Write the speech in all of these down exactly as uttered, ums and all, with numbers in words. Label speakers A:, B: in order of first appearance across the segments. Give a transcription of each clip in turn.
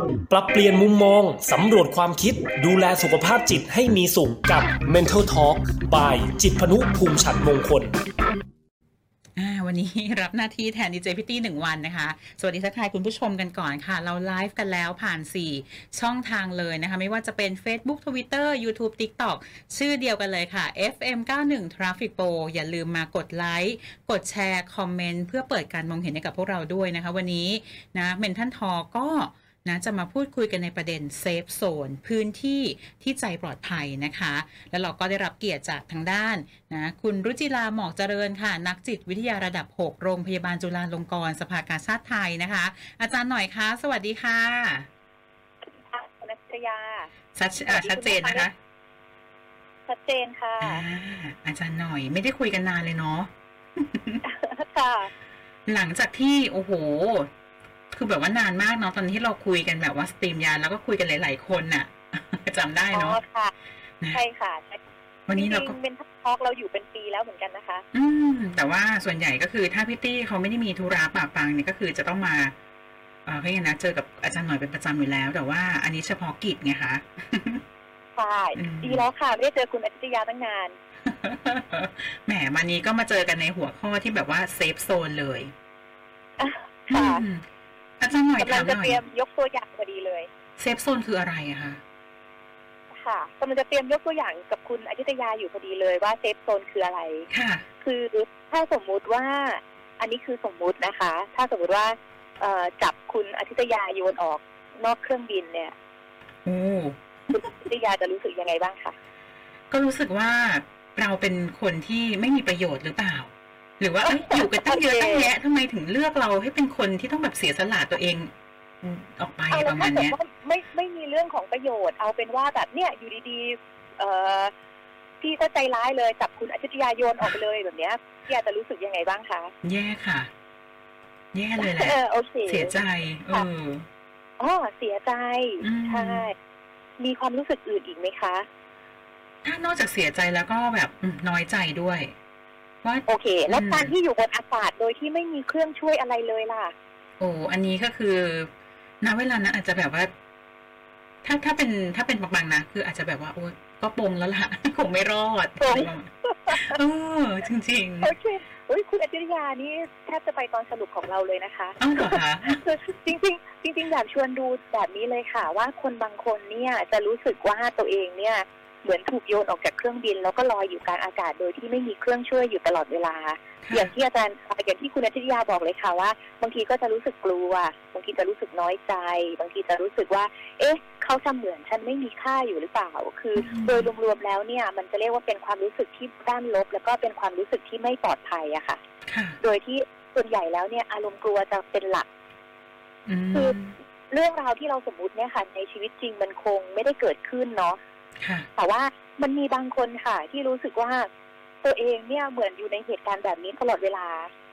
A: ปรับเปลี่ยนมุมมองสำรวจความคิดดูแลสุขภาพจิตให้มีสุขกับ Mental Talk by จิตรพนุภูมิฉัตรมงคล
B: วันนี้รับหน้าที่แทนดีเจพิตตี้หนึ่งวันนะคะสวัสดีทักทายคุณผู้ชมกันก่อนค่ะเราไลฟ์กันแล้วผ่านสี่ช่องทางเลยนะคะไม่ว่าจะเป็น Facebook Twitter YouTube TikTok ชื่อเดียวกันเลยค่ะ เอฟ เอ็ม เก้าสิบเอ็ด Traffic Pro อย่าลืมมากดไลค์กดแชร์คอมเมนต์เพื่อเปิดการมองเห็นให้กับพวกเราด้วยนะคะวันนี้นะเมนทัลทอล์กก็นะจะมาพูดคุยกันในประเด็นเซฟโซนพื้นที่ที่ใจปลอดภัยนะคะแล้วเราก็ได้รับเกียรติจากทางด้านนะคุณรุจิราหมอกเจริญค่ะนักจิตวิทยาระดับหกโรงพยาบาลจุฬาลงกรณ์สภากาชาดไทยนะคะอาจารย์หน่อยคะสวัสดีค่ะ
C: คุณนัทยา
B: ชัดชัดเจนนะคะ
C: ชัดเจนค่ะ
B: อาจารย์หน่อยไม่ได้คุยกันนานเลยเนาะ
C: ค่ะ
B: หลังจากที่โอ้โหคือแบบว่านานมากเนาะตอนที่เราคุยกันแบบว่าสตรีมยานแล้วก็คุยกันหลายๆคนน่ะจำได้เนาะ
C: ค่ะใช่ค่ะ
B: วันนี้เราก็
C: เป็นทอล์กเราอยู่เป็นปีแล้วเหมือนกันนะคะ
B: อืมแต่ว่าส่วนใหญ่ก็คือถ้าพี่ตี้เขาไม่ได้มีธุระปะปังเนี่ยก็คือจะต้องมาเออเขาอย่างนะเจอกับอาจารย์หน่อยเป็นประจำอยู่แล้วแต่ว่าอันนี้เฉพาะกิจไงคะ
C: ใช่ดีแล้วค่ะไม่ได้เจอคุณอาทิตยาตั้งนาน
B: แหมวันนี้ก็มาเจอกันในหัวข้อที่แบบว่าเซฟโซนเลย
C: ค่ะ
B: อาจารย์หน่อย
C: กำลังจะเตรียมยกตัวอย่างพอดีเลย
B: เซฟโซนคืออะไรอะคะ
C: ค่ะกำลังจะเตรียมยกตัวอย่างกับคุณอาทิตยาอยู่พอดีเลยว่าเซฟโซนคืออะไร
B: ค่ะ
C: คือถ้าสมมุติว่าอันนี้คือสมมุตินะคะถ้าสมมุติว่าจับคุณอาทิตยาโยนออกนอกเครื่องบินเนี่ยคุณอาทิตยาจะรู้สึกยังไงบ้างคะ
B: ก็รู้สึกว่าเราเป็นคนที่ไม่มีประโยชน์หรือเปล่าหรือว่าอยู่กันตั้งเยอะตั้งแยะทำไมถึงเลือกเราให้เป็นคนที่ต้องแบบเสียสละตัวเองออกไปประมาณนี้
C: ไม่ไม่มีเรื่องของประโยชน์เอาเป็นว่าแบบเนี่ยอยู่ดีๆเอ่อพี่ก็ใจร้ายเลยจับคุณอาทิตยาโยนออกไปเลยแบบเนี้ยพี่อาจจะรู้สึกยังไงบ้างคะ
B: แย่ค่ะแย่เลยแหละเสียใจเออ
C: อ๋อเสียใจใช่มีความรู้สึกอื่นอีกไหมคะ
B: ถ้านอกจากเสียใจแล้วก็แบบน้อยใจด้วย
C: โอเคแล้วการที่อยู่บนอากาศโดยที่ไม่มีเครื่องช่วยอะไรเลยล่ะ
B: โอ้อันนี้ก็คือณเวลานั้นอาจจะแบบว่าถ้าถ้าเป็นถ้าเป็นบางๆนะคืออาจจะแบบว่าโอ้ก็ปงแล้วล่ะคงไม่รอดเออจริงๆ
C: โอเคโอ้ยคุณอาทิตยานี่แทบจะไปตอนสรุปของเราเลยนะคะ
B: อ้าวเหรอคะ
C: จริงๆจริงๆอยากชวนดูแบบนี้เลยค่ะว่าคนบางคนเนี่ยจะรู้สึกว่าตัวเองเนี่ยเหมือนถูกโยนออกจากเครื่องบินแล้วก็ลอยอยู่กลางอากาศโดยที่ไม่มีเครื่องช่วยอยู่ตลอดเวลาอย่างที่อาจารย์อย่างที่คุณอาทิตยาบอกเลยค่ะว่าบางทีก็จะรู้สึกกลัวบางทีจะรู้สึกน้อยใจบางทีจะรู้สึกว่าเอ๊ะเขาทำเหมือนฉันไม่มีค่าอยู่หรือเปล่าคือโดยรวมๆแล้วเนี่ยมันจะเรียกว่าเป็นความรู้สึกที่ด้านลบแล้วก็เป็นความรู้สึกที่ไม่ปลอดภัยอะค่ะโดยที่ส่วนใหญ่แล้วเนี่ยอารมณ์กลัวจะเป็นหลักคือเรื่องราวที่เราสมมุติเนี่ยค่ะในชีวิตจริงมันคงไม่ได้เกิดขึ้นเนาะแต่ว่ามันมีบางคนค่ะที่รู้สึกว่าตัวเองเนี่ยเหมือนอยู่ในเหตุการณ์แบบนี้ตลอดเวลา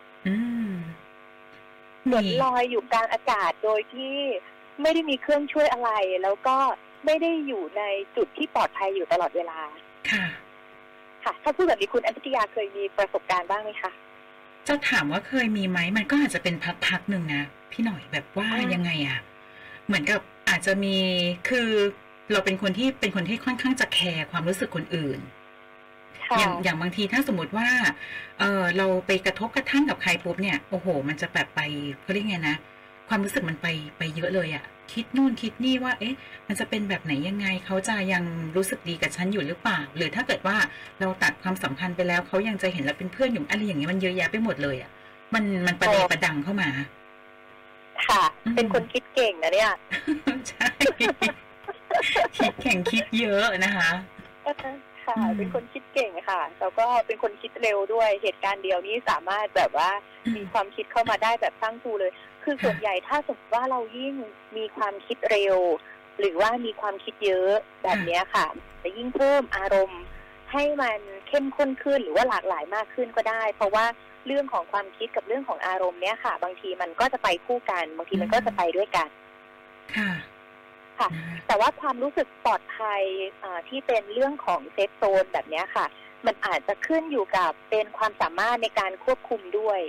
C: เหมือนลอยอยู่กลางอากาศโดยที่ไม่ได้มีเครื่องช่วยอะไรแล้วก็ไม่ได้อยู่ในจุดที่ปลอดภัยอยู่ตลอดเวลา
B: ค่ะ
C: ค่ะถ้าพูดแบบนี้คุณอัญชยาเคยมีประสบการณ์บ้างไหมคะ
B: จะถามว่าเคยมีไหมมันก็อาจจะเป็นพักๆหนึ่งนะพี่หน่อยแบบว่ายังไงอ่ะเหมือนกับอาจจะมีคือเราเป็นคนที่เป็นคนที่ค่อนข้างจะแคร์ความรู้สึกคนอื่นอย่างอย่างบางทีถ้าสมมติว่าเออเราไปกระทบกระทั่งกับใครปุ๊บเนี่ยโอ้โหมันจะแบบไปเขาเรียกไงนะความรู้สึกมันไปไปเยอะเลยอะคิดนู่นคิดนี่ว่าเอ๊ะมันจะเป็นแบบไหนยังไงเขาจะยังรู้สึกดีกับฉันอยู่หรือเปล่าหรือถ้าเกิดว่าเราตัดความสัมพันธ์ไปแล้วเขายังจะเห็นเราเป็นเพื่อนอยู่อะไรอย่างเงี้ยมันเยอะแยะไปหมดเลยอะมันมันประเดประดังเข้ามา
C: ค่ะเป็นคนคิดเก่งนะเนี่ย
B: ใช่คิดแข่งคิดเยอะนะคะ
C: ค่ะเป็นคนคิดเก่งค่ะแล้วก็เป็นคนคิดเร็วด้วยเหตุการณ์เดียวนี้สามารถแบบว่ามีความคิดเข้ามาได้แบบตั้งตูเลยคือส่วนใหญ่ถ้าสมมติว่าเรายิ่งมีความคิดเร็วหรือว่ามีความคิดเยอะแบบนี้ค่ะจะยิ่งเพิ่มอารมณ์ให้มันเข้มข้นขึ้นหรือว่าหลากหลายมากขึ้นก็ได้เพราะว่าเรื่องของความคิดกับเรื่องของอารมณ์เนี้ยค่ะบางทีมันก็จะไปคู่กันบางทีมันก็จะไปด้วยกัน
B: ค่ะ
C: ค่ะแต่ว่าความรู้สึกปลอดภัยที่เป็นเรื่องของเซฟโซนแบบนี้ค่ะมันอาจจะขึ้นอยู่กับเป็นความสามารถในการควบคุมด้วย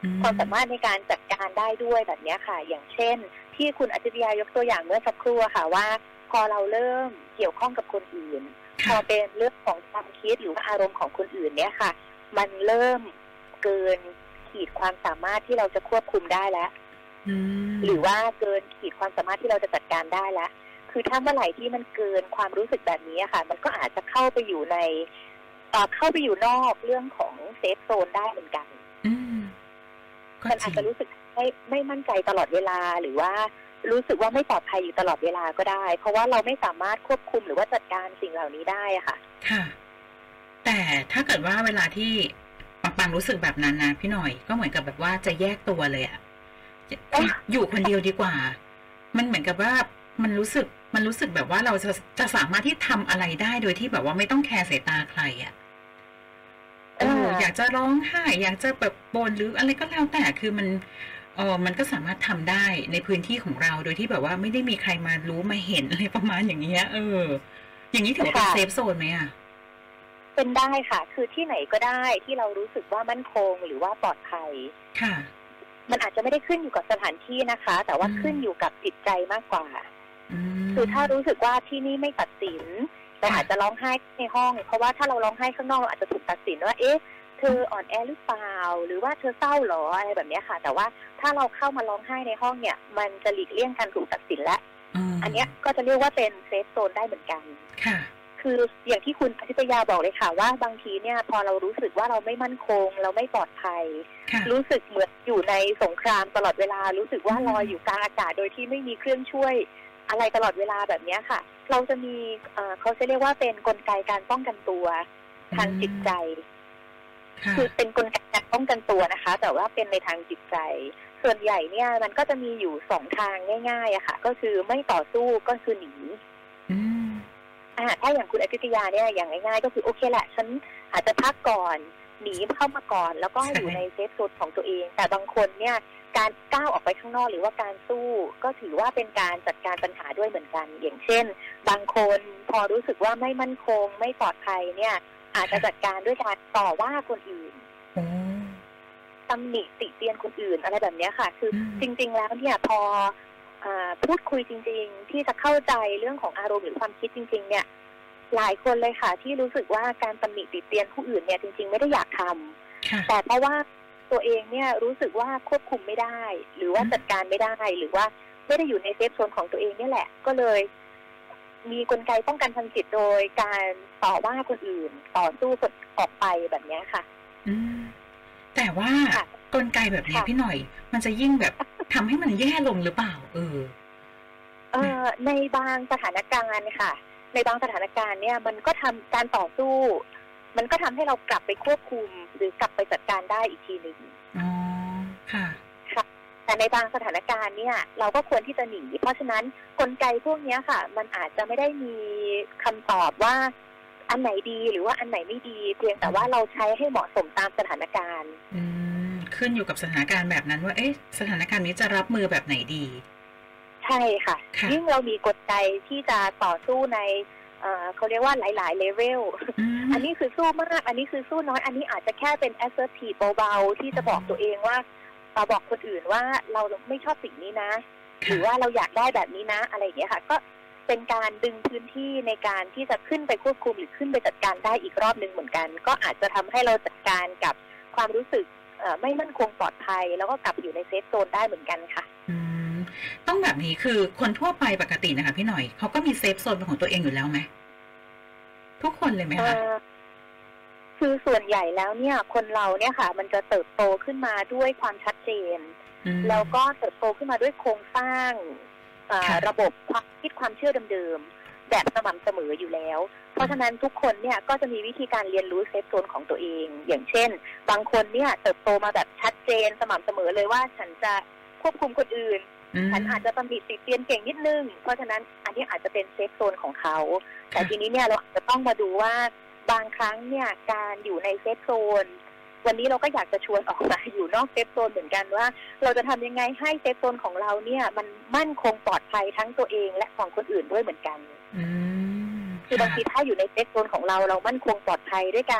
C: ความสามารถในการจัดการได้ด้วยแบบนี้ค่ะอย่างเช่นที่คุณอาทิตยายกตัวอย่างเมื่อสักครู่ค่ะว่าพอเราเริ่มเกี่ยวข้องกับคนอื่นพอเป็นเรื่องของความคิดหรือว่าอารมณ์ของคนอื่นเนี่ยค่ะมันเริ่มเกินขีดความสามารถที่เราจะควบคุมได้แล้วหรือว่าเกินขีดความสามารถที่เราจะจัดการได้แล้วคือถ้าเมื่อไหร่ที่มันเกินความรู้สึกแบบนี้ค่ะมันก็อาจจะเข้าไปอยู่ในเข้าไปอยู่นอกเรื่องของเซฟโซนได้เหมือนกันมันอาจจะรู้สึกไม่ไม่มั่นใจตลอดเวลาหรือว่ารู้สึกว่าไม่ปลอดภัยอยู่ตลอดเวลาก็ได้เพราะว่าเราไม่สามารถควบคุมหรือว่าจัดการสิ่งเหล่านี้ได้อะค่ะ
B: ค่ะแต่ถ้าเกิดว่าเวลาที่ปังปังรู้สึกแบบนั้นนะพี่หน่อยก็เหมือนกับแบบว่าจะแยกตัวเลยอะอยู่คนเดียวดีกว่ามันเหมือนกับว่ามันรู้สึกมันรู้สึกแบบว่าเราจะจะสามารถที่ทำอะไรได้โดยที่แบบว่าไม่ต้องแคร์สายตาใครอะเอออยากจะร้องไห้อยากจะแบบบ่นหรืออะไรก็แล้วแต่คือมันเออมันก็สามารถทำได้ในพื้นที่ของเราโดยที่แบบว่าไม่ได้มีใครมารู้มาเห็นอะไรประมาณอย่างเงี้ยเอออย่างนี้ถือว่าเป็นเซฟโซนไหมอ่ะ
C: เป็นได้ค่ะคือที่ไหนก็ได้ที่เรารู้สึกว่ามั่นคงหรือว่าปลอดภัย
B: ค่ะ
C: มันอาจจะไม่ได้ขึ้นอยู่กับสถานที่นะคะแต่ว่าขึ้นอยู่กับจิตใจมากกว่าคือถ้ารู้สึกว่าที่นี่ไม่ตัดสินเราอาจจะร้องไห้ในห้องเพราะว่าถ้าเราร้องไห้ข้างนอกเราอาจจะถูกตัดสินว่าเอ๊ะเธออ่อนแอหรือเปล่าหรือว่าเธอเศร้าหรออะไรแบบนี้ค่ะแต่ว่าถ้าเราเข้ามาร้องไห้ในห้องเนี่ยมันจะหลีกเลี่ยงการถูกตัดสินและอันนี้ก็จะเรียกว่าเป็นเซฟโซนได้เหมือนกัน
B: ค่ะ
C: คืออย่างที่คุณอาทิตยาบอกเลยค่ะว่าบางทีเนี่ยพอเรารู้สึกว่าเราไม่มั่นคงเราไม่ปลอดภัยรู้สึกเหมือนอยู่ในสงครามตลอดเวลารู้สึกว่าลอยอยู่กลางอากาศโดยที่ไม่มีเครื่องช่วยอะไรตลอดเวลาแบบนี้ค่ะเราจะมีเขาจะเรียกว่าเป็นกลไกการป้องกันตัวทางจิตใจคือเป็นกลไกการป้องกันตัวนะคะแต่ว่าเป็นในทางจิตใจส่วนใหญ่เนี่ยมันก็จะมีอยู่สองทางง่ายๆอะค่ะก็คือไม่ต่อสู้ก็คือหนีอ่าถ้าอย่างคุณอาทิตยาเนี่ยอย่างง่ายๆก็คือโอเคแหละฉันอาจจะพักก่อนหนีเข้ามาก่อนแล้วก็อยู่ในเซฟโซนของตัวเองแต่บางคนเนี่ยการก้าวออกไปข้างนอกหรือว่าการสู้ก็ถือว่าเป็นการจัดการปัญหาด้วยเหมือนกันอย่างเช่นบางคนพอรู้สึกว่าไม่มั่นคงไม่ปลอดภัยเนี่ยอาจจะจัดการด้วยการต่อว่าคนอื่นตำหนิติเตียนคนอื่นอะไรแบบนี้ค่ะคือจริงๆแล้วเนี่ยพอพูดคุยจริงๆที่จะเข้าใจเรื่องของอารมณ์หรือความคิดจริงๆเนี่ยหลายคนเลยค่ะที่รู้สึกว่าการตำหนิติเตียนผู้อื่นเนี่ยจริงๆไม่ได้อยากทำแต่เพราะว่าตัวเองเนี่ยรู้สึกว่าควบคุมไม่ได้หรือว่าจัดการไม่ได้หรือว่าไม่ได้อยู่ในเซฟโซนของตัวเองนี่แหละก็เลยมีกลไกป้องกันทางจิตโดยการต่อว่าคนอื่นต่อสู้ออกไปแบบนี้ค่ะ
B: อืมแต่ว่ากลไกแบบนี้พี่หน่อยมันจะยิ่งแบบทำให้มันแย่ลงหรือเปล่าเออ
C: เออในบางสถานการณ์ค่ะในบางสถานการณ์เนี่ยมันก็ทำการต่อสู้มันก็ทำให้เรากลับไปควบคุมหรือกลับไปจัดการได้อีกทีหนึ่ง
B: อ๋อค่ะ
C: ค่ะแต่ในบางสถานการณ์เนี่ยเราก็ควรที่จะหนีเพราะฉะนั้นกลไกพวกนี้ค่ะมันอาจจะไม่ได้มีคำตอบว่าอันไหนดีหรือว่าอันไหนไม่ดีเพียงแต่ว่าเราใช้ให้เหมาะสมตามสถานการณ์
B: อืมขึ้นอยู่กับสถานการณ์แบบนั้นว่าเอ๊ะสถานการณ์นี้จะรับมือแบบไหนดี
C: ใช่ค่ะยิ่งเรามีกลไกที่จะต่อสู้ในเขาเรียกว่าหลายๆเลเวลอันนี้คือสู้มากอันนี้คือสู้น้อยอันนี้อาจจะแค่เป็น assertive เบาๆที่จะบอกตัวเองว่าบอกคนอื่นว่าเราไม่ชอบสิ่งนี้นะหรือว่าเราอยากได้แบบนี้นะอะไรอย่างเงี้ยค่ะก็เป็นการดึงพื้นที่ในการที่จะขึ้นไปควบคุมหรือขึ้นไปจัดการได้อีกรอบนึงเหมือนกันก็อาจจะทำให้เราจัดการกับความรู้สึกไม่มั่นคงปลอดภัยแล้วก็กลับอยู่ในเซฟโซนได้เหมือนกันค่ะ
B: ต้องแบบนี้คือคนทั่วไปปกตินะคะพี่หน่อยเขาก็มีเซฟโซนเป็นของตัวเองอยู่แล้วไหมทุกคนเลยไหมคะ
C: คือส่วนใหญ่แล้วเนี่ยคนเราเนี่ยค่ะมันจะเติบโตขึ้นมาด้วยความชัดเจนแล้วก็เติบโตขึ้นมาด้วยโครงสร้างระบบความคิดความเชื่อเดิมๆแบบสม่ำเสมออยู่แล้วเพราะฉะนั้นทุกคนเนี่ยก็จะมีวิธีการเรียนรู้เซฟโซนของตัวเองอย่างเช่นบางคนเนี่ยเติบโตมาแบบชัดเจนสม่ำเสมอเลยว่าฉันจะควบคุมคนอื่นฉันอาจจะตำหนิติเตียนเก่งนิดนึงเพราะฉะนั้นอันนี้อาจจะเป็นเซฟโซนของเขาแต่ทีนี้เนี่ยเราอาจจะต้องมาดูว่าบางครั้งเนี่ยการอยู่ในเซฟโซนวันนี้เราก็อยากจะชวนออกมาอยู่นอกเซฟโซนเหมือนกันว่าเราจะทำยังไงให้เซฟโซนของเราเนี่ยมันมั่นคงปลอดภัยทั้งตัวเองและของคนอื่นด้วยเหมือนกันคือบางทีถ้าอยู่ในเซฟโซนของเราเรามั่นคงปลอดภัยด้วยการ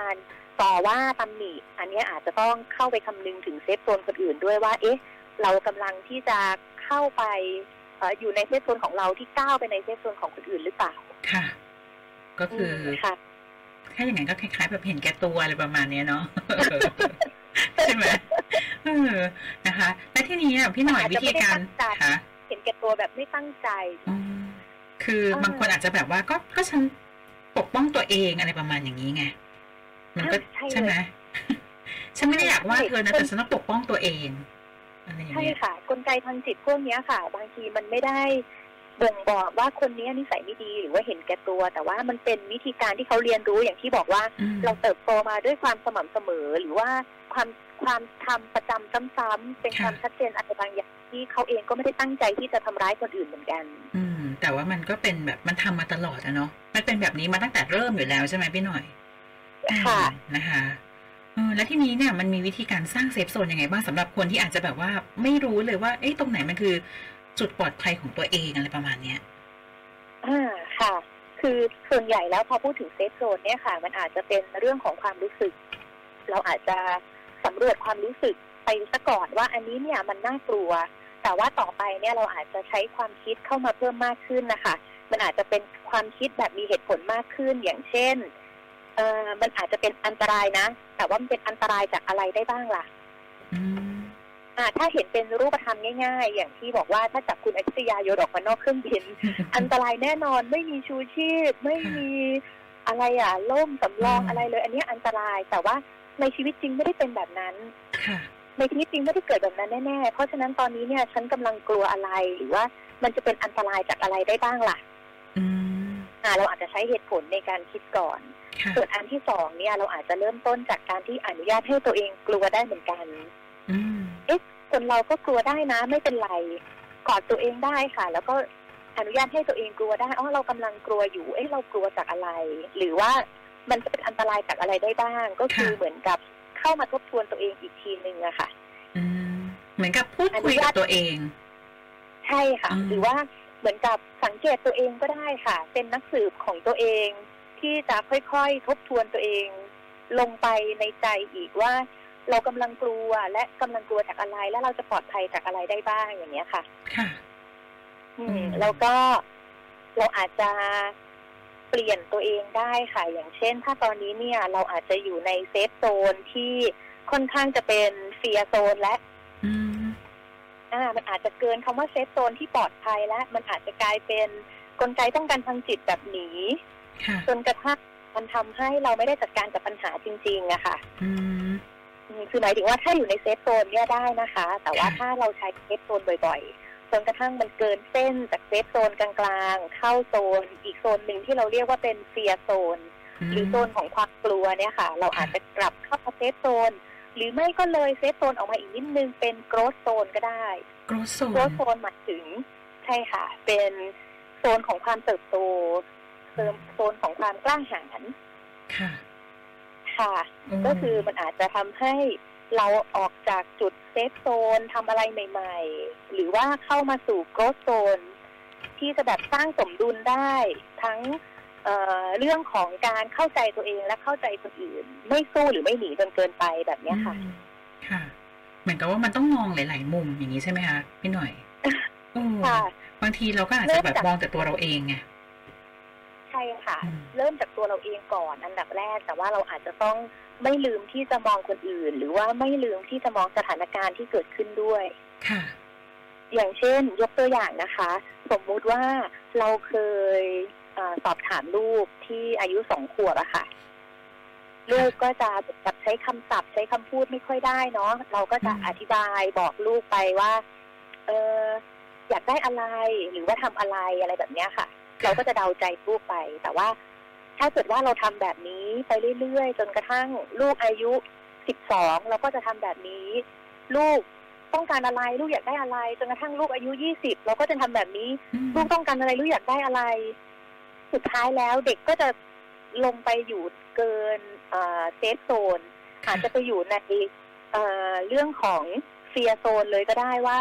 C: ต่อว่าตำหนิอันนี้อาจจะต้องเข้าไปคำนึงถึงเซฟโซนคนอื่นด้วยว่าเอ๊ะเรากำลังที่จะเข้าไปอ, อยู่ในเซฟโซนของเราที่ก้าวไปในเซฟโซนของคนอื่นหรือเปล่า
B: ค่ะก็คือ
C: ค่ะ
B: ถ้าอย่างนั้นก็คล้ายๆแบบเห็นแก่ตัวอะไรประมาณนี้เนาะ ใช่ไหมเออนะคะและที่นี้พี่หน่อยวิธีการค่ะ
C: เห็นแก่ตัวแบบไม่ตั้งใจ
B: คือบางคนอาจจะแบบว่าก็ก็ฉันปกป้องตัวเองอะไรประมาณอย่างนี้ไงมันก็ใช่ไหมฉันไม่ได้อยากว่าเธอนะแต่ฉันต้องปกป้องตัวเอง
C: ใช่ค่ะกลไกทางจิตพวกนี้ค่ะบางทีมันไม่ได้บ่งบอกว่าคนนี้นิสัยไม่ดีหรือว่าเห็นแก่ตัวแต่ว่ามันเป็นวิธีการที่เขาเรียนรู้อย่างที่บอกว่าเราเติบโตมาด้วยความสม่ำเสมอหรือว่าความความทำประจำซ้ำๆเป็นความชัดเจนอะไรบางอย่างที่เขาเองก็ไม่ได้ตั้งใจที่จะทำร้ายคนอื่นเหมือนกัน
B: อืมแต่ว่ามันก็เป็นแบบมันทำมาตลอดนะเนาะมันเป็นแบบนี้มาตั้งแต่เริ่มอยู่แล้วใช่ไหมพี่หน่อย
C: ค่ะ
B: นะคะเออแล้วที่นี้เนี่ยมันมีวิธีการสร้างเซฟโซนยังไงบ้างสำหรับคนที่อาจจะแบบว่าไม่รู้เลยว่าเอ๊ะตรงไหนมันคือจุดปลอดภัยของตัวเองอะไรประมาณเนี้ย
C: อ่าค่ะคือส่วนใหญ่แล้วพอพูดถึงเซฟโซนเนี่ยค่ะมันอาจจะเป็นเรื่องของความรู้สึกเราอาจจะสำรวจความรู้สึกไปซะก่อนว่าอันนี้เนี่ยมันน่ากลัวแต่ว่าต่อไปเนี่ยเราอาจจะใช้ความคิดเข้ามาเพิ่มมากขึ้นนะคะมันอาจจะเป็นความคิดแบบมีเหตุผลมากขึ้นอย่างเช่นเอ่อมันอาจจะเป็นอันตรายนะแต่ว่ามันเป็นอันตรายจากอะไรได้บ้างล่ะอ่าถ้าเห็นเป็นรูปธรรมง่ายๆอย่างที่บอกว่าถ้าจับคุณอภิษยาโยนออกมานอกเครื่องบิน อันตรายแน่นอนไม่มีชูชีพไม่มีอะไรอ่ะล่มสำรองอะไรเลยอันนี้อันตรายแต่ว่าในชีวิตจริงไม่ได้เป็นแบบนั้นในชีวิตจริงไม่ได้เกิดแบบนั้นแน่ๆเพราะฉะนั้นตอนนี้เนี่ยฉันกำลังกลัวอะไรหรือว่ามันจะเป็นอันตรายจากอะไรได้บ้างล่ะอ่าเราอาจจะใช้เหตุผลในการคิดก่อนส่วนอันที่สองเนี่ยเราอาจจะเริ่มต้นจากการที่อนุญาตให้ตัวเองกลัวได้เหมือนกันเอ๊ะคนเราก็กลัวได้นะไม่เป็นไรกอดตัวเองได้ค่ะแล้วก็อนุญาตให้ตัวเองกลัวได้อ๋อเรากำลังกลัวอยู่เอ๊ะเรากลัวจากอะไรหรือว่ามันจะเป็นอันตรายจากอะไรได้บ้างก็คือเหมือนกับเข้ามาทบทวนตัวเองอีกทีนึงอะค่ะ
B: เหมือนกับพูดคุยกับตัวเอง
C: ใช่ค่ะหรือว่าเหมือนกับสังเกตตัวเองก็ได้ค่ะเป็นนักสืบของตัวเองที่จะค่อยๆทบทวนตัวเองลงไปในใจอีกว่าเรากำลังกลัวและกำลังกลัวจากอะไรและเราจะปลอดภัยจากอะไรได้บ้างอย่างเนี้ยค่ะ
B: ค่ะ
C: อืมแล้วก็เราอาจจะเปลี่ยนตัวเองได้ค่ะอย่างเช่นถ้าตอนนี้เนี่ยเราอาจจะอยู่ในเซฟโซนที่ค่อนข้างจะเป็นเฟียร์โซนและ
B: อืม
C: อ่ามันอาจจะเกินคำว่าเซฟโซนที่ปลอดภัยแล้วมันอาจจะกลายเป็นกลไกป้องกันทางจิตแบบหนีจนกระทั่งมันทำให้เราไม่ได้จัดการกับปัญหาจริงๆอะค่ะคือหมายถึงว่าถ้าอยู่ในเซฟโซนเนี่ยได้นะคะแต่ว่าถ้าเราใช้เซฟโซนบ่อยๆจนกระทั่งมันเกินเส้นจากเซฟโซนกลางๆเข้าโซนอีกโซนหนึ่งที่เราเรียกว่าเป็นเฟียร์โซนหรือโซนของความกลัวเนี่ยค่ะเราอาจจะกลับเข้าเซฟโซนหรือไม่ก็เลยเซฟโซนออกมาอีกนิดนึงเป็นโกรธโซนก็ได้
B: โกรธโซน
C: โกรธโซนหมายถึงใช่ค่ะเป็นโซนของความเติบโตโซนของความกล้าหาญ
B: ค่ะ
C: ค่ะก็คือมันอาจจะทำให้เราออกจากจุดเซฟโซนทำอะไรใหม่ๆหรือว่าเข้ามาสู่โกรธโซนที่จะแบบสร้างสมดุลได้ทั้ง เอ่อ เรื่องของการเข้าใจตัวเองและเข้าใจคนอื่นไม่สู้หรือไม่หนีจนเกินไปแบบนี้ค่ะ
B: ค่ะเหมือนกับว่ามันต้องมองหลายๆมุมอย่างนี้ใช่ไหมคะพี่หน่อย
C: ค่ะ
B: บางทีเราก็อาจจะแบบมองแต่ตัวเราเองไง
C: ใช่ค่ะเริ่มจากตัวเราเองก่อนอันดับแรกแต่ว่าเราอาจจะต้องไม่ลืมที่จะมองคนอื่นหรือว่าไม่ลืมที่จะมองสถานการณ์ที่เกิดขึ้นด้วย
B: ค่ะ
C: อย่างเช่นยกตัวอย่างนะคะสมมุติว่าเราเคยสอบถามลูกที่อายุสองขวบอะค่ะลูกก็จะแบบใช้คำศัพท์ใช้คำพูดไม่ค่อยได้เนาะเราก็จะอธิบายบอกลูกไปว่าเอออยากได้อะไรหรือว่าทำอะไรอะไรแบบเนี้ยค่ะเราก็จะเดาใจลูกไปแต่ว่าถ้าเกิดว่าเราทำแบบนี้ไปเรื่อยๆจนกระทั่งลูกอายุสิบสองเราก็จะทำแบบนี้ลูกต้องการอะไรลูกอยากได้อะไรจนกระทั่งลูกอายุยี่สิบเราก็จะทำแบบนี้ลูกต้องการอะไรลูกอยากได้อะไรสุดท้ายแล้วเด็กก็จะลงไปอยู่เกินเซฟโซนอาจจะไปอยู่ในเรื่องของเฟียร์โซนเลยก็ได้ว่า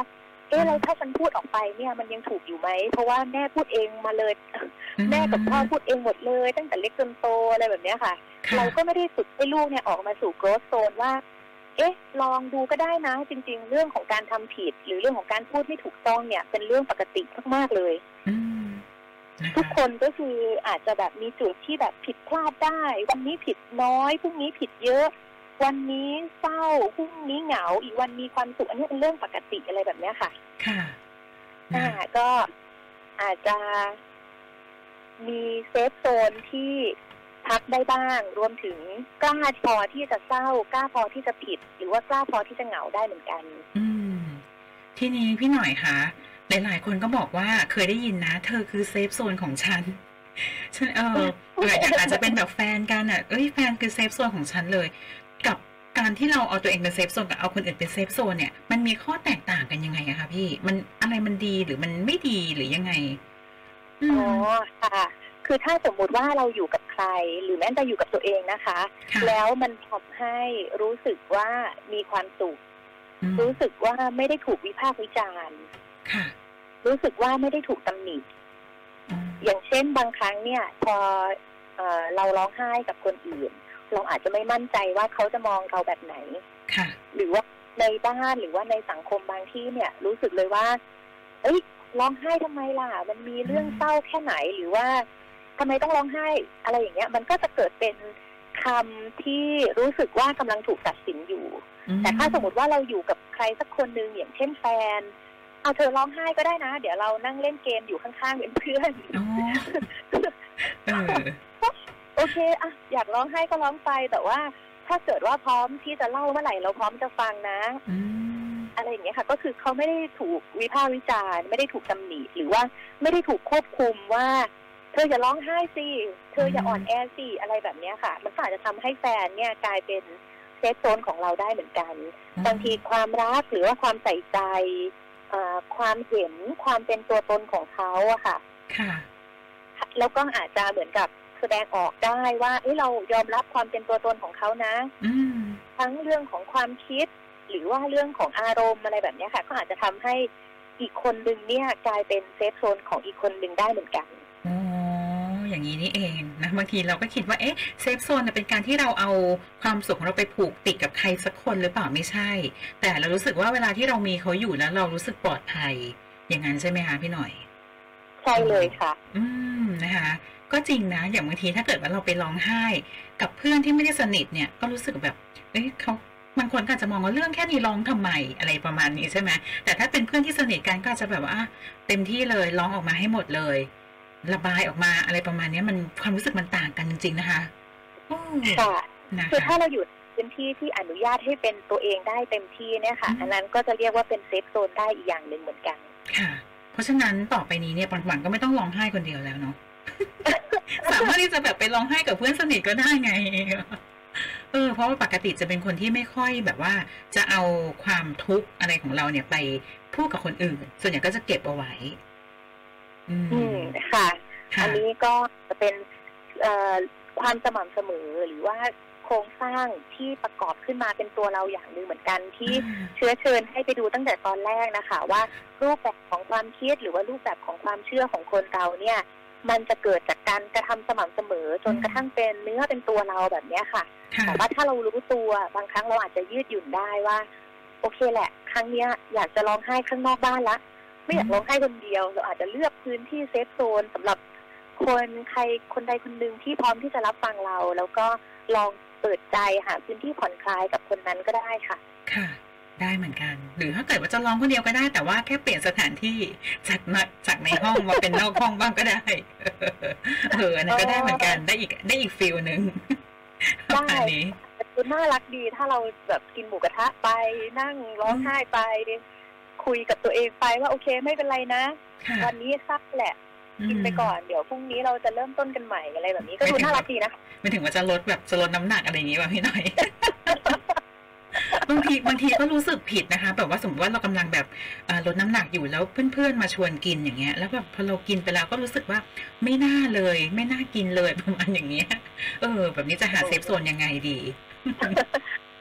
C: เอ๊ะแล้วถ้าฉันพูดออกไปเนี่ยมันยังถูกอยู่ไหมเพราะว่าแม่พูดเองมาเลยแม่กับพ่อพูดเองหมดเลยตั้งแต่เล็กจนโตอะไรแบบนี้ค่ะเราก็ไม่ได้ฝึกให้ลูกเนี่ยออกมาสู่ growth zone ว่าเอ๊ะลองดูก็ได้นะจริงๆเรื่องของการทำผิดหรือเรื่องของการพูดไม่ถูกต้องเนี่ยเป็นเรื่องปกติมากๆเลยทุกคนก็คืออาจจะแบบมีจุดที่แบบผิดพลาดได้วันนี้ผิดน้อยพรุ่งนี้ผิดเยอะวันนี้เศร้าพรุ่งนี้เหงาอีกวันมีความสุขอันนี้เป็นเรื่องปกติอะไรแบบนี้ค่ะ
B: ค่ะ
C: อ่าก็อาจจะมีเซฟโซนที่พักได้บ้างรวมถึงกล้าพอที่จะเศร้ากล้าพอที่จะผิดหรือว่ากล้าพอที่จะเหงาได้เหมือนกัน
B: อืมทีนี้พี่หน่อยคะหลายๆคนก็บอกว่าเคยได้ยินนะเธอคือเซฟโซนของฉันฉันเอออาจจะเป็นแบบแฟนกันอ่ะเอ้ยแฟนคือเซฟโซนของฉันเลยกับการที่เราเอาตัวเองเป็นเซฟโซนกับเอาคนอื่นเป็นเซฟโซนเนี่ยมันมีข้อแตกต่างกันยังไงอะคะพี่มันอะไรมันดีหรือมันไม่ดีหรือยังไง
C: อ๋อค่ะคือถ้าสมมุติว่าเราอยู่กับใครหรือแม้แต่อยู่กับตัวเองนะคะแล้วมันทำให้รู้สึกว่ามีความสุขรู้สึกว่าไม่ได้ถูกวิพากษ์วิจารณ์รู้สึกว่าไม่ได้ถูกตำหนิอย่างเช่นบางครั้งเนี่ยพอเอ่อเราร้องไห้กับคนอื่นเราอาจจะไม่มั่นใจว่าเขาจะมองเราแบบไหนหรือว่าในบ้านหรือว่าในสังคมบางที่เนี่ยรู้สึกเลยว่าเอ้ยร้องไห้ทำไมล่ะมันมีเรื่องเศร้าแค่ไหนหรือว่าทำไมต้องร้องไห้อะไรอย่างเงี้ยมันก็จะเกิดเป็นคำที่รู้สึกว่ากำลังถูกตัดสินอยู่แต่ถ้าสมมติว่าเราอยู่กับใครสักคนนึงอย่างเช่นแฟนเอาเธอร้องไห้ก็ได้นะเดี๋ยวเรานั่งเล่นเกมอยู่ข้างๆเป็นเพื่อนโอเคอะอยากร้องไห้ก็ร้องไปแต่ว่าถ้าเกิดว่าพร้อมที่จะเล่าเมื่อไหร่เราพร้อมจะฟังนะอะไรอย่างเงี้ยค่ะก็คือเขาไม่ได้ถูกวิพากษ์วิจารณ์ไม่ได้ถูกตำหนิหรือว่าไม่ได้ถูกควบคุมว่าเธออย่าร้องไห้สิเธออย่าอ่อนแอสิอะไรแบบนี้ค่ะมันก็อาจจะทำให้แฟนเนี่ยกลายเป็นเซฟโซนของเราได้เหมือนกันบางทีความรักหรือว่าความใส่ใจความเห็นความเป็นตัวตนของเขาอะค่ะแล้วก็อาจจะเหมือนกับแสดงออกได้ว่าเอ้ยเรายอมรับความเป็นตัวตนของเขานะทั้งเรื่องของความคิดหรือว่าเรื่องของอารมณ์อะไรแบบนี้ค่ะก็อาจจะทำให้อีกคนนึงเนี่ยกลายเป็นเซฟโซนของอีกคนนึงได้เหมือนกัน
B: อ๋ออย่างนี้นี่เองนะบางทีเราก็คิดว่าเอ๊ะเซฟโซนเป็นการที่เราเอาความสุขของเราไปผูกติดกับใครสักคนหรือเปล่าไม่ใช่แต่เรารู้สึกว่าเวลาที่เรามีเขาอยู่แล้วเรารู้สึกปลอดภัยอย่างนั้นใช่ไหมคะพี่หน่อย
C: ใช่เลยค่ะ
B: อืมนะคะก็จริงนะอย่างบางทีถ้าเกิดว่าเราไปร้องไห้กับเพื่อนที่ไม่ได้สนิทเนี่ยก็รู้สึกแบบเอ้ยเขาบางคนก็จะมองว่าเรื่องแค่นี้ร้องทำไมอะไรประมาณนี้ใช่ไหมแต่ถ้าเป็นเพื่อนที่สนิทกันก็จะแบบว่าเต็มที่เลยร้องออกมาให้หมดเลยระบายออกมาอะไรประมาณนี้มันความรู้สึกมันต่างกันจริงๆนะคะ
C: ค่ะคือถ้าเราอยู่พื้นที่ที่อนุญาตให้เป็นตัวเองได้เต็มที่เนี่ยค่ะอันนั้นก็จะเรียกว่าเป็นเซฟโซนได้อีกอย่างหนึ่งเหมือนกัน
B: ค่ะเพราะฉะนั้นต่อไปนี้เนี่ยปันๆก็ไม่ต้องร้องไห้คนเดียวแล้วเนาะสามารถที่จะแบบไปร้องไห้กับเพื่อนสนิทก็ได้ไงเออเพราะว่าปกติจะเป็นคนที่ไม่ค่อยแบบว่าจะเอาความทุกข์อะไรของเราเนี่ยไปพูดกับคนอื่นส่วนใหญ่ก็จะเก็บเอาไว้
C: อืมค่ะอันนี้ก็จะเป็นความสม่ำเสมอหรือว่าโครงสร้างที่ประกอบขึ้นมาเป็นตัวเราอย่างหนึ่งเหมือนกันที่เชื้อเชิญให้ไปดูตั้งแต่ตอนแรกนะคะว่ารูปแบบของความคิดหรือว่ารูปแบบของความเชื่อของคนเราเนี่ยมันจะเกิดจากการกระทำสม่ำเสมอจนกระทั่งเป็นเนื้อเป็นตัวเราแบบนี้ค่ะแต่ว่าถ้าเรารู้ตัวบางครั้งเราอาจจะยืดหยุ่นได้ว่าโอเคแหละครั้งนี้อยากจะร้องไห้ข้างนอกบ้านละไม่อยากร้องไห้คนเดียวเราอาจจะเลือกพื้นที่เซฟโซนสำหรับคนใครคนใดคนหนึ่งที่พร้อมที่จะรับฟังเราแล้วก็ลองเปิดใจหาพื้นที่ผ่อนคลายกับคนนั้นก็ได้ค่ะ
B: ค่ะได้เหมือนกันหรือถ้าเกิดว่าจะร้องคนเดียวก็ได้แต่ว่าแค่เปลี่ยนสถานที่จากจากในห้องมาเป็นนอกห้องบ้างก็ได้เอออันนั้นก็ได้เหมือนกันได้อีกได้อีกฟีลนึง
C: ได้คือน่ารักดีถ้าเราแบบกินหมูกระทะไปนั่งร้องไห้ไปคุยกับตัวเองไปว่าโอเคไม่เป็นไรนะวันนี้ซักแหละกินไปก่อนเดี๋ยวพรุ่งนี้เราจะเริ่มต้นกันใหม่อะไรแบบนี้ก็ดูน่ารักดีนะ
B: ไม่ถึงว่าจะลดแบบจะลดน้ำหนักอะไรอย่างนี้ป่ะพี่หน่อยบางทีบางทีก็รู้สึกผิดนะคะแบบว่าสมมติว่าเรากำลังแบบลดน้ำหนักอยู่แล้วเพื่อนๆมาชวนกินอย่างเงี้ยแล้วแบบพอเรากินไปแล้วก็รู้สึกว่าไม่น่าเลยไม่น่ากินเลยประมาณอย่างเงี้ยเออแบบนี้จะหาเซฟโซนยังไงดี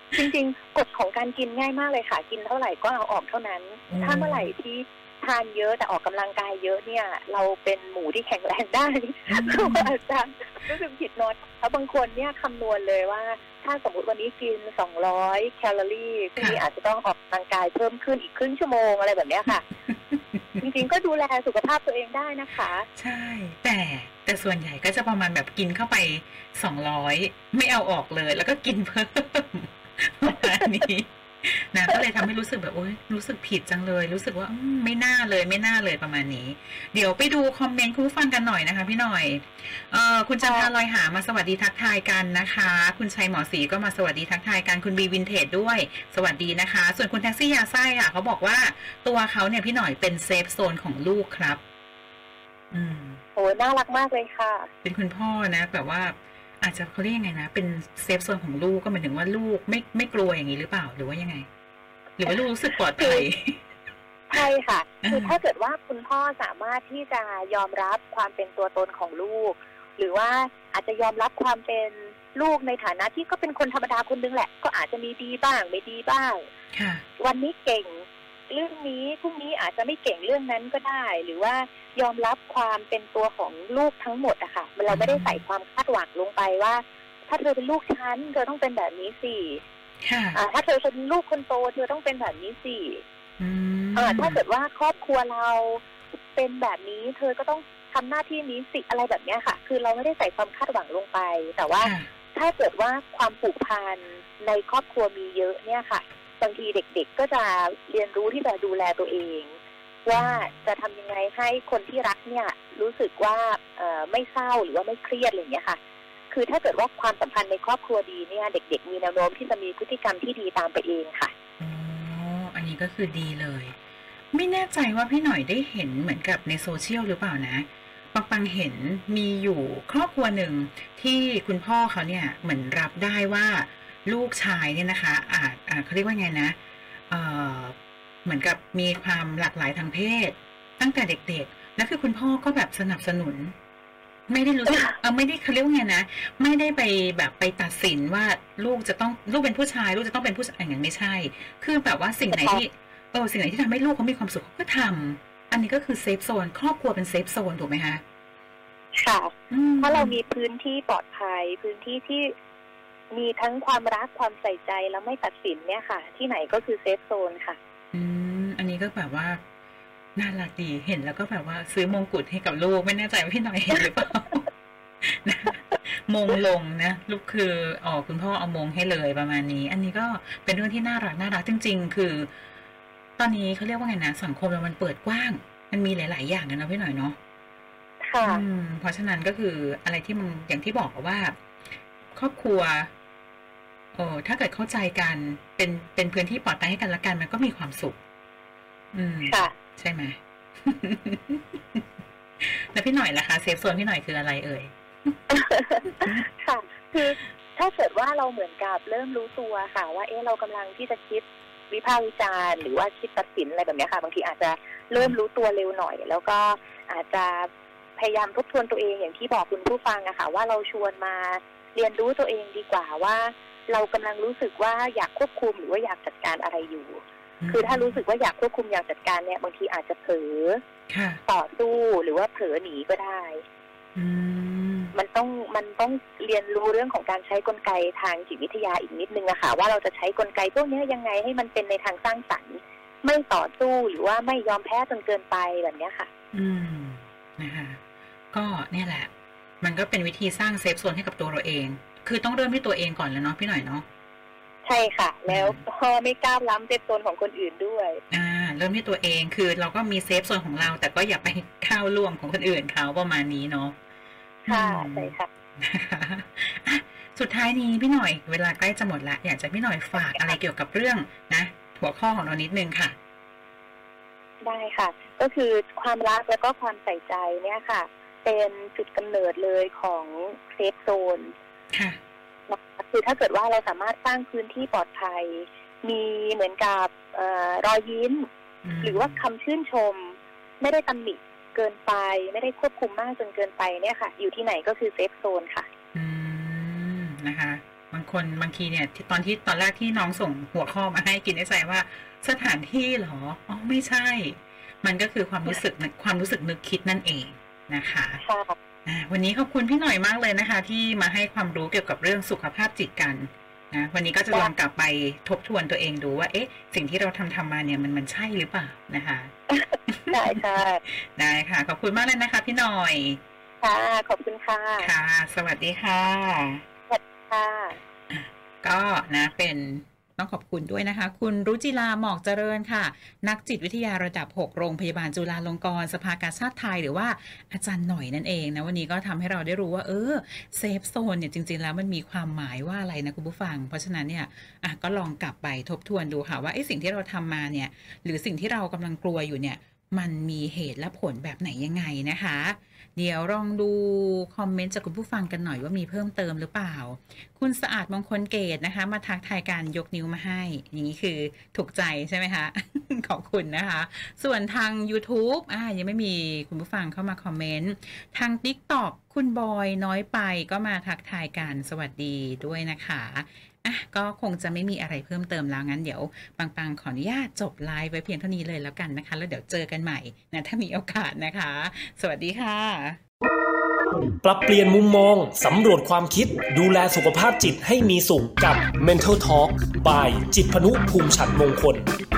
C: จริงๆกฎของการกินง่ายมากเลยค่ะกินเท่าไหร่ก็เอาออกเท่านั้นถ้าเมื่อไหร่ที่ทานเยอะแต่ออกกำลังกายเยอะเนี่ยเราเป็นหมูที่แข็งแรงได้คืออาจารย์รู้สึกผิดน้อยแล้วบางคนเนี่ยคำนวณเลยว่าถ้าสมมติวันนี้กินสองร้อยแคลอรี่พรุ่งนี้อาจจะต้องออกกำลังกายเพิ่มขึ้นอีกครึ่งชั่วโมงอะไรแบบนี้ค่ะจริงๆก็ดูแลสุขภาพตัวเองได้นะคะ
B: ใช่แต่แต่ส่วนใหญ่ก็จะประมาณแบบกินเข้าไปสองร้อยไม่เอาออกเลยแล้วก็กินเพิ่มประมาณนี้นะก็เลยทำให้รู้สึกแบบโอ๊ยรู้สึกผิดจังเลยรู้สึกว่าไม่น่าเลยไม่น่าเลยประมาณนี้เดี๋ยวไปดูคอมเมนต์คุณผู้ฟังกันหน่อยนะคะพี่หน่อยเอ่อคุณจันทาลอยหามาสวัสดีทักทายกันนะคะคุณชัยหมอศรีก็มาสวัสดีทักทายกันคุณบีวินเทจด้วยสวัสดีนะคะส่วนคุณแท็กซี่ยาไส้ค่ะเขาบอกว่าตัวเขาเนี่ยพี่หน่อยเป็นเซฟโซนของลูกครับอืม
C: โอ้น่ารักมากเลยค่ะ
B: เป็นคุณพ่อนะแบบว่าอาจจะเขาเรียกยังไงนะเป็นเซฟโซนของลูกก็หมายถึงว่าลูกไม่ไม่กลัวอย่างนี้หรือเปล่าหรือว่ายังไงหรือว่าลูกรู้สึกปลอดภัย
C: ใช่ค่ะคือถ้าเกิดว่าคุณพ่อสามารถที่จะยอมรับความเป็นตัวตนของลูกหรือว่าอาจจะยอมรับความเป็นลูกในฐานะที่ก็เป็นคนธรรมดาคนนึงแหละก็อาจจะมีดีบ้างไม่ดีบ้างวันนี้เก่งเรื่องนี้พรุ่งนี้อาจจะไม่เก่งเรื่องนั้นก็ได้หรือว่ายอมรับความเป็นตัวของลูกทั้งหมดอะค่ะเราไม่ได้ใส่ความคาดหวังลงไปว่าถ้าเธอเป็นลูกฉันเธอต้องเป็นแบบนี้สิถ้าเธอเป็นลูกคนโตเธอต้องเป็นแบบนี้สิถ้าเกิดว่าครอบครัวเราเป็นแบบนี้เธอก็ต้องทำหน้าที่นี้สิอะไรแบบนี้ค่ะคือเราไม่ได้ใส่ความคาดหวังลงไปแต่ว่าถ้าเกิดว่าความผูกพันในครอบครัวมีเยอะเนี่ยค่ะบางทีเด็กๆก็จะเรียนรู้ที่จะดูแลตัวเองว่าจะทำยังไงให้คนที่รักเนี่ยรู้สึกว่าไม่เศร้าหรือว่าไม่เครียดอะไรอย่างเงี้ยค่ะคือถ้าเกิดว่าความสัมพันธ์ในครอบครัวดีเนี่ยเด็กๆมีแนวโน้มที่จะมีพฤติกรรมที่ดีตามไปเองค่ะ
B: อ๋ออันนี้ก็คือดีเลยไม่แน่ใจว่าพี่หน่อยได้เห็นเหมือนกับในโซเชียลหรือเปล่านะปังปังเห็นมีอยู่ครอบครัวหนึ่งที่คุณพ่อเขาเนี่ยเหมือนรับได้ว่าลูกชายเนี่ยนะคะอาจอ่าเขาเรียกว่าไงนะเอ่อเหมือนกับมีความหลากหลายทางเพศตั้งแต่เด็กๆแล้วคือคุณพ่อก็แบบสนับสนุนไม่ได้รู้สึกเออไม่ได้เขาเรียกว่าไงนะไม่ได้ไปแบบไปตัดสินว่าลูกจะต้องลูกเป็นผู้ชายลูกจะต้องเป็นผู้ชายอย่างนั้นไม่ใช่คือแบบว่าสิ่งไหนที่เออสิ่งไหนที่ทำให้ลูกเขามีความสุขเขาก็ทำอันนี้ก็คือเซฟโซนครอบครัวเป็นเซฟโซนถูกไหมคะ
C: ค่ะเพราะเรามีพื้นที่ปลอดภัยพื้นที่ที่มีทั้งความรักความใส่ใจแล้วไม่ตัดสินเนี่ยค่ะที่ไหนก็คือเซฟโซนค่ะ
B: อืมอันนี้ก็แบบว่าน่ารักดีเห็นแล้วก็แบบว่าซื้อมงกุฎให้กับลูกไม่แน่ใจว่าพี่หน่อยเห็นหรือเปล่ามงลงนะลูกคืออ๋อคุณพ่อเอามงให้เลยประมาณนี้อันนี้ก็เป็นเรื่องที่น่ารักน่ารักจริงๆคือตอนนี้เขาเรียกว่าไงนะสังคมเรามันเปิดกว้างมันมีหลายๆอย่างนะพี่หน่อยเนาะ
C: ค่ะ
B: เพราะฉะนั้นก็คืออะไรที่มันอย่างที่บอกว่าครอบครัวโอ้ถ้าเกิดเข้าใจกันเป็นเป็นพื้นที่ปลอดภัยให้กันและกันมันก็มีความสุขอืม
C: ค่ะ
B: ใช่ไหม แล้วพี่หน่อยล่ะคะเซฟโซนพี่หน่อยคืออะไรเอ่ย
C: ค่ะคือถ้าเกิดว่าเราเหมือนกับเริ่มรู้ตัวค่ะว่าเอ๊ะเรากำลังที่จะคิดวิพากษ์วิจารณ์หรือว่าคิดตัดสินอะไรแบบนี้ค่ะบางทีอาจจะเริ่มรู้ตัวเร็วหน่อยแล้วก็อาจจะพยายามทบทวนตัวเองอย่างที่บอกคุณผู้ฟังอะค่ะว่าเราชวนมาเรียนรู้ตัวเองดีกว่าว่าเรากำลังรู้สึกว่าอยากควบคุมหรือว่าอยากจัดการอะไรอยู่คือถ้ารู้สึกว่าอยากควบคุมอยากจัดการเนี่ยบางทีอาจจะเผลอต่อสู้หรือว่าเผลอหนีก็ได้มันต้องมันต้องเรียนรู้เรื่องของการใช้กลไกทางจิตวิทยาอีกนิดนึงอะค่ะว่าเราจะใช้กลไกพวกนี้ยังไงให้มันเป็นในทางสร้างสรรค์ไม่ต่อสู้หรือว่าไม่ยอมแพ้จนเกินไปแบบนี้ค่ะ
B: อืมนะคะก็เนี่ยแหละมันก็เป็นวิธีสร้างเซฟโซนให้กับตัวเราเองคือต้องเริ่มที่ตัวเองก่อนแล้วเนาะพี่หน่อยเนาะ
C: ใช่ค่ะแล้วพอไม่ก้าวล้ำเซฟโซนของคนอื่นด้วย
B: อ่าเริ่มที่ตัวเองคือเราก็มีเซฟโซนของเราแต่ก็อย่าไปก้าวล่วงของคนอื่นเขาประมาณนี้เนาะ
C: ค่ะใช่ค่ะ
B: สุดท้ายนี้พี่หน่อยเวลาใกล้จะหมดละอยากจะพี่หน่อยฝากอะไรเกี่ยวกับเรื่องนะหัวข้อของเรานิดนึงค่ะ
C: ได้ค่ะก็คือความรักแล้วก็ความใส่ใจเนี่ยค่ะเป็นจุดกำเนิดเลยของเซฟโซน
B: ค่ะ
C: คือถ้าเกิดว่าเราสามารถสร้างพื้นที่ปลอดภัยมีเหมือนกับเอ่อรอยยิ้มหรือว่าคำชื่นชมไม่ได้ตำหนิเกินไปไม่ได้ควบคุมมากจนเกินไปเนี่ยค่ะอยู่ที่ไหนก็คือเซฟโซนค่ะ
B: อืมนะคะบางคนบางทีเนี่ยตอนที่ตอนแรกที่น้องส่งหัวข้อมาให้กินในใจว่าสถานที่เหรออ๋อไม่ใช่มันก็คือความรู้สึกความรู้สึกนึกคิดนั่นเองนะคะวันนี้ขอบคุณพี่หน่อยมากเลยนะคะที่มาให้ความรู้เกี่ยวกับเรื่องสุขภาพจิตกันนะวันนี้ก็จะลองกลับไปทบทวนตัวเองดูว่าเอ๊ะสิ่งที่เราทำทำมาเนี่ยมันมันใช่หรือเปล่านะคะ
C: ได้ค่ะ
B: ได้ค่ะขอบคุณมากเลยนะคะพี่หน่อย
C: ค่ะขอบคุณค่ะ
B: ค่ะสวัสดีค่ะ
C: สวัสดีค่ะ
B: ก็นะเป็นต้องขอบคุณด้วยนะคะคุณรุจิราหมอกเจริญค่ะนักจิตวิทยาระดับหกโรงพยาบาลจุฬาลงกรณ์สภากาชาดไทยหรือว่าอาจารย์หน่อยนั่นเองนะวันนี้ก็ทำให้เราได้รู้ว่าเออเซฟโซนเนี่ยจริงๆแล้วมันมีความหมายว่าอะไรนะคุณผู้ฟังเพราะฉะนั้นเนี่ยอ่ะก็ลองกลับไปทบทวนดูค่ะว่าไอ้สิ่งที่เราทำมาเนี่ยหรือสิ่งที่เรากำลังกลัวอยู่เนี่ยมันมีเหตุและผลแบบไหนยังไงนะคะเดี๋ยวลองดูคอมเมนต์จากคุณผู้ฟังกันหน่อยว่ามีเพิ่มเติมหรือเปล่าคุณสะอาดมงคลเกตนะคะมาทักทายการยกนิ้วมาให้อย่างนี้คือถูกใจใช่ไหมคะ ขอบคุณนะคะส่วนทาง YouTube อ่ายังไม่มีคุณผู้ฟังเข้ามาคอมเมนต์ทาง TikTok คุณบอยน้อยไปก็มาทักทายกันสวัสดีด้วยนะคะอ่ะก็คงจะไม่มีอะไรเพิ่มเติมแล้วงั้นเดี๋ยวปังๆขออนุญาตจบไลฟ์ไว้เพียงเท่านี้เลยแล้วกันนะคะแล้วเดี๋ยวเจอกันใหม่นะถ้ามีโอกาสนะคะสวัสดีค่ะ
A: ปรับเปลี่ยนมุมมองสำรวจความคิดดูแลสุขภาพจิตให้มีสุขกับ Mental Talk by จิตรพนุภูมิฉันท์มงคล